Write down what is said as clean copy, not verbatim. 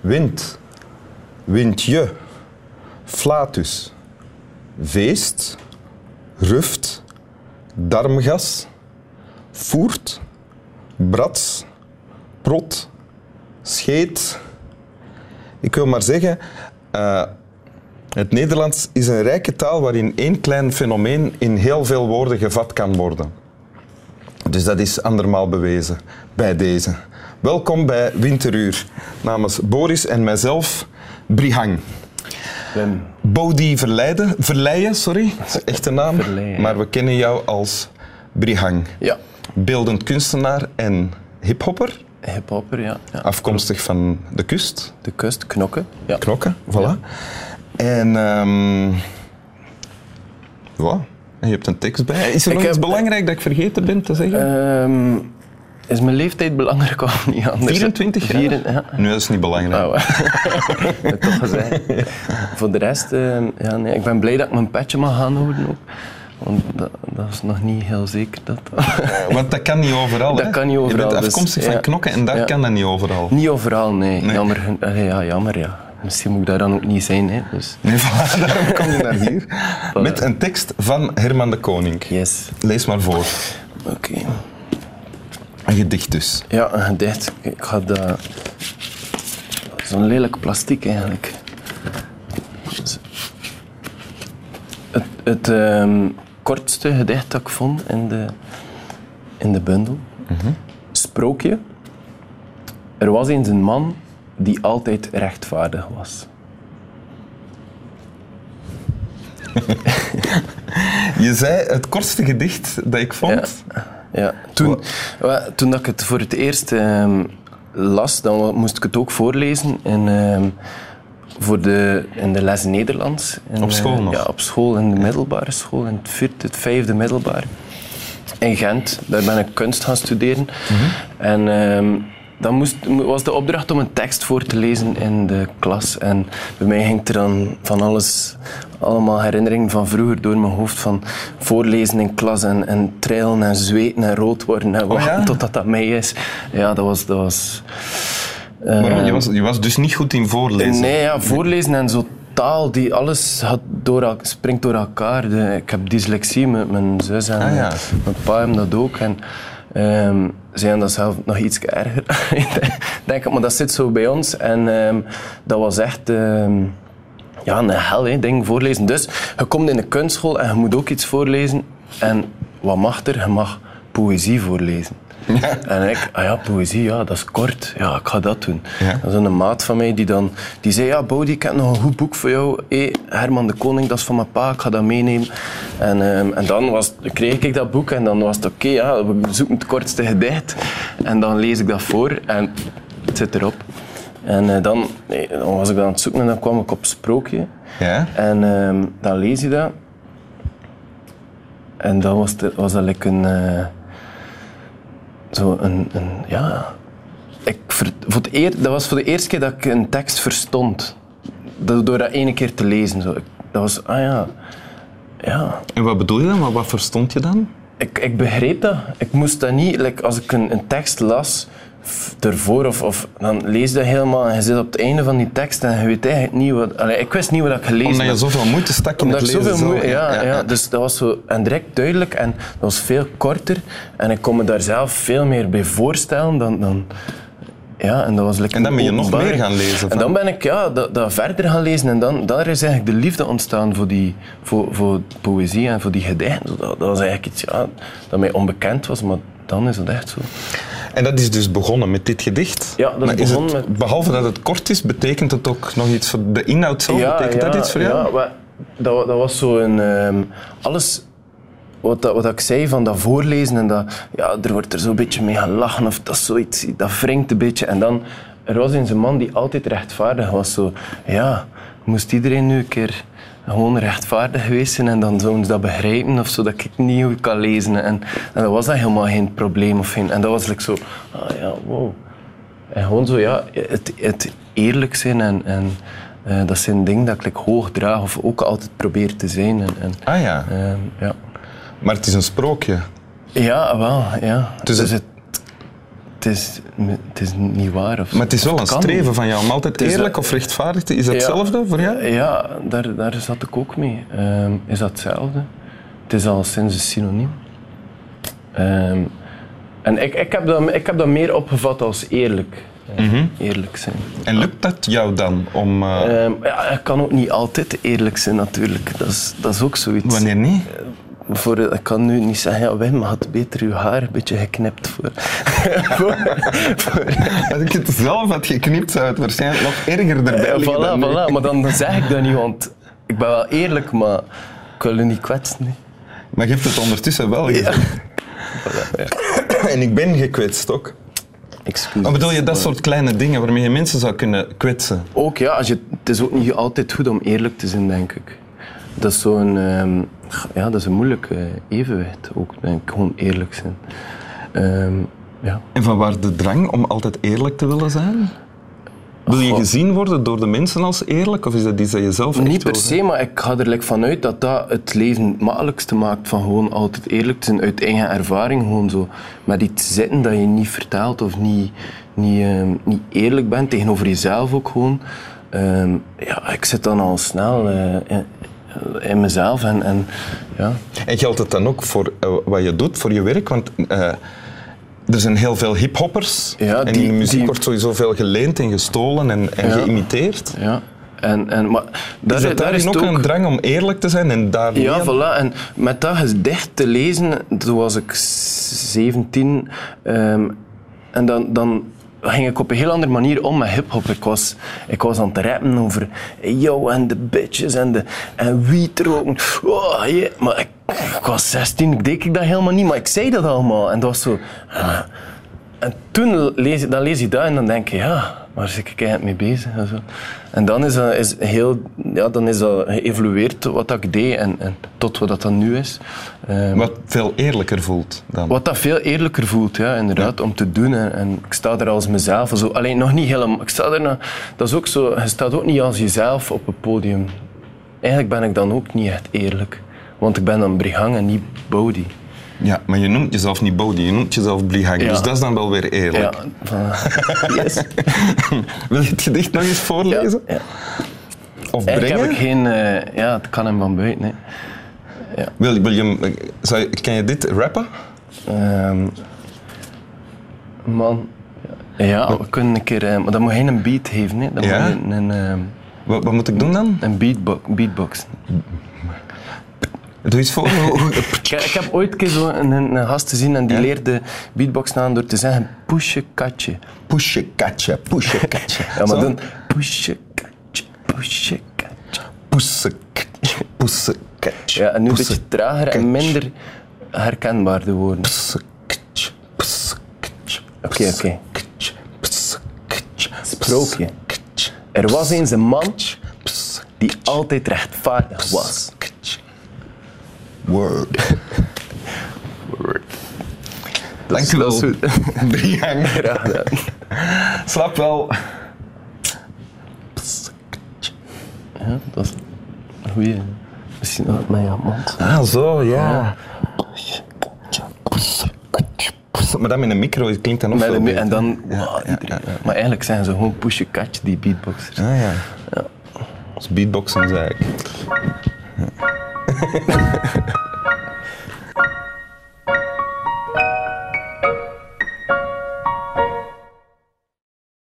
wind, windje, flatus, feest, ruft, darmgas, voert, brats, prot, scheet. Ik wil maar zeggen, het Nederlands is een rijke taal waarin één klein fenomeen in heel veel woorden gevat kan worden. Dus dat is andermaal bewezen bij deze. Welkom bij Winteruur. Namens Boris en mijzelf, Brihang. Bodhi Verleijen, sorry. Dat is de echte naam. Verleijen. Maar we kennen jou als Brihang. Ja. Beeldend kunstenaar en hiphopper. Hiphopper, ja. Afkomstig van de kust. De kust, Knokken. Ja. Knokken, voilà. Ja. En ja. En je hebt een tekst bij. Is er nog iets belangrijk dat ik vergeten ben te zeggen? Is mijn leeftijd belangrijk of niet anders? 24 jaar? Ja. Nu, dat is niet belangrijk. Oh, dat heb ik toch gezegd. Voor de rest, ja, nee, ik ben blij dat ik mijn petje mag aanhouden ook. Want dat is nog niet heel zeker. Want dat kan niet overal. Dat kan niet overal. Je bent afkomstig van Knokken en daar kan dat niet overal. Niet overal, nee. Jammer. Ja, jammer, ja. Misschien moet ik daar dan ook niet zijn. Hè, dus. Nee, voilà, daarom kom je naar hier. Voilà. Met een tekst van Herman de Koning. Yes. Lees maar voor. Oké. Een gedicht dus. Ja, een gedicht. Ik ga dat... Zo'n lelijk plastiek eigenlijk. Het kortste gedicht dat ik vond in de bundel. Mm-hmm. Sprookje. Er was eens een man die altijd rechtvaardig was. Je zei het kortste gedicht dat ik vond. Ja. Toen dat ik het voor het eerst las, dan moest ik het ook voorlezen in de les Nederlands. Op school nog? Ja, op school, in de middelbare school, in het vijfde middelbaar. In Gent, daar ben ik kunst gaan studeren. Mm-hmm. En dan was de opdracht om een tekst voor te lezen in de klas. En bij mij ging er dan van alles, allemaal herinneringen van vroeger door mijn hoofd. Van voorlezen in klas en trillen en zweten en rood worden en wachten totdat dat mij is. Ja, dat was waarom? Je was dus niet goed in voorlezen? Nee, ja, voorlezen en zo taal, die alles springt door elkaar. Ik heb dyslexie met mijn zus en mijn pa hebben dat ook. En, ze hebben dat zelf nog iets erger, denk ik, maar dat zit zo bij ons. En dat was echt een hel, ding voorlezen. Dus je komt in de kunstschool en je moet ook iets voorlezen. En wat mag er? Je mag poëzie voorlezen. Ja. En ik, poëzie, ja, dat is kort. Ja, ik ga dat doen. Ja. Dat is een maat van mij die zei, ja, Bodhi, ik heb nog een goed boek voor jou. Herman de Koning, dat is van mijn pa, ik ga dat meenemen. En dan kreeg ik dat boek en dan was het oké, we zoeken het kortste gedicht. En dan lees ik dat voor en het zit erop. En dan was ik aan het zoeken en dan kwam ik op Sprookje. Ja. En dan lees je dat. En dan was dat like dat was voor de eerste keer dat ik een tekst verstond. Door dat ene keer te lezen. Zo. Dat was, ja. En wat bedoel je dan? Wat verstond je dan? Ik begreep dat. Ik moest dat niet, als ik een tekst las ervoor, of dan lees je dat helemaal en je zit op het einde van die tekst en je weet eigenlijk niet wat... ik wist niet wat ik gelezen had. Omdat je zoveel moeite stak in het lezen. Ja, dus dat was zo en direct duidelijk en dat was veel korter en ik kon me daar zelf veel meer bij voorstellen dan ja, en dat was en dan ben je nog meer gaan lezen? En dan ben ik dat verder gaan lezen en daar is eigenlijk de liefde ontstaan voor poëzie en voor die gedichten. Dat was eigenlijk iets dat mij onbekend was, maar dan is het echt zo. En dat is dus begonnen met dit gedicht? Ja, dat is begonnen met... Behalve dat het kort is, betekent het ook nog iets voor de inhoud zelf? Betekent dat iets voor jou? Ja, dat was zo alles... Wat ik zei van dat voorlezen en dat... Ja, er wordt er zo'n beetje mee gelachen of dat is zoiets, dat wringt een beetje. En dan, er was eens een man die altijd rechtvaardig was. Zo, moest iedereen nu een keer gewoon rechtvaardig geweest zijn en dan zouden ze dat begrijpen of zo, dat ik niet goed kan lezen. En dat was dat helemaal geen probleem. En dat was like zo, wow. En gewoon zo, het eerlijk zijn en dat zijn dingen dat ik hoog draag of ook altijd probeer te zijn. Ja. Maar het is een sprookje. Ja, wel, ja. Dus het is niet waar. Of maar het is wel een streven van jou om altijd eerlijk of rechtvaardig te... Is dat hetzelfde voor jou? Ja, daar zat ik ook mee. Is dat hetzelfde? Het is al sinds een synoniem. En ik heb dat meer opgevat als eerlijk. Eerlijk zijn. En lukt dat jou dan om... ik kan ook niet altijd eerlijk zijn natuurlijk. Dat is ook zoiets. Wanneer niet? Ik kan nu niet zeggen, Wim had beter uw haar een beetje geknipt voor. Als ik het zelf had geknipt, zou het waarschijnlijk nog erger erbij liggen. Voilà, maar dan zeg ik dat niet, want ik ben wel eerlijk, maar ik wil je niet kwetsen. Nee. Maar je hebt het ondertussen wel gezegd. Ja. En ik ben gekwetst ook. Excuus. Maar bedoel je dat soort kleine dingen waarmee je mensen zou kunnen kwetsen? Ook ja, het is ook niet altijd goed om eerlijk te zijn, denk ik. Dat is dat is een moeilijk evenwicht, ook, denk ik, gewoon eerlijk zijn. Ja. En van waar de drang om altijd eerlijk te willen zijn? Wil je gezien worden door de mensen als eerlijk, of is dat iets dat je zelf echt niet per se, maar ik ga er vanuit dat dat het leven het makkelijkste maakt van gewoon altijd eerlijk te zijn, uit eigen ervaring, gewoon zo met iets zitten dat je niet vertelt of niet eerlijk bent, tegenover jezelf ook gewoon. Ik zit dan al snel in mezelf en ja. En geldt het dan ook voor wat je doet, voor je werk? Want er zijn heel veel hiphoppers en in de muziek wordt sowieso veel geleend en gestolen en geïmiteerd. Ja. Maar daar is ook een drang om eerlijk te zijn en daar ja, voilà. En met dat gedicht te lezen, toen was ik 17 en dan ging ik op een heel andere manier om met hip-hop. Ik was aan het rappen over yo en de bitches en wiet roken. Oh, yeah. Maar ik was 16, ik deed dat helemaal niet, maar ik zei dat allemaal. En dat was zo... En toen lees je dat en dan denk je, ja, waar zit ik eigenlijk mee bezig? En, zo. En dan is dat geëvolueerd wat ik deed en tot wat dat dan nu is. Wat veel eerlijker voelt dan? Wat dat veel eerlijker voelt, ja, inderdaad, om te doen. En ik sta er als mezelf. Zo. Alleen nog niet helemaal. Ik sta er, dat is ook zo, je staat ook niet als jezelf op het podium. Eigenlijk ben ik dan ook niet echt eerlijk. Want ik ben dan Brihang en niet Bodhi. Ja, maar je noemt jezelf niet Bodhi, je noemt jezelf Brihang. Ja. Dus dat is dan wel weer eerlijk. Ja, yes. Wil je het gedicht nog eens voorlezen? Ja. Of brengen? Heb ik geen... het kan hem van buiten. Nee. Ja. Wil je kan je dit rappen? Man... Ja, we kunnen een keer... maar dat moet geen beat geven. Nee. Dat moet wat moet ik doen dan? Een beatbox. Doe eens voor. Ik heb ooit een keer zo een gast gezien en die leerde beatboxen aan door te zeggen pusje katje. Pusje katje, pusje katje. Ja, maar dan pusje katje, pusje katje. Pusje katje, pusje katje. Ja, en nu een beetje trager en minder herkenbaar de woorden. Pusje katje, pusje katje. Oké. Sprookje. Er was eens een man die altijd rechtvaardig was. Word. Dank u wel, Brihang. Graag gedaan. Slap wel. Ja, dat is een goeie. Misschien ook met je mond. Ah, zo, ja. Maar dan met een micro klinkt dat nog veel beter. En dan... Maar eigenlijk zijn ze gewoon pusje katje, die beatboxers. Ah ja. Dat is beatboxen, zei ik. Ja.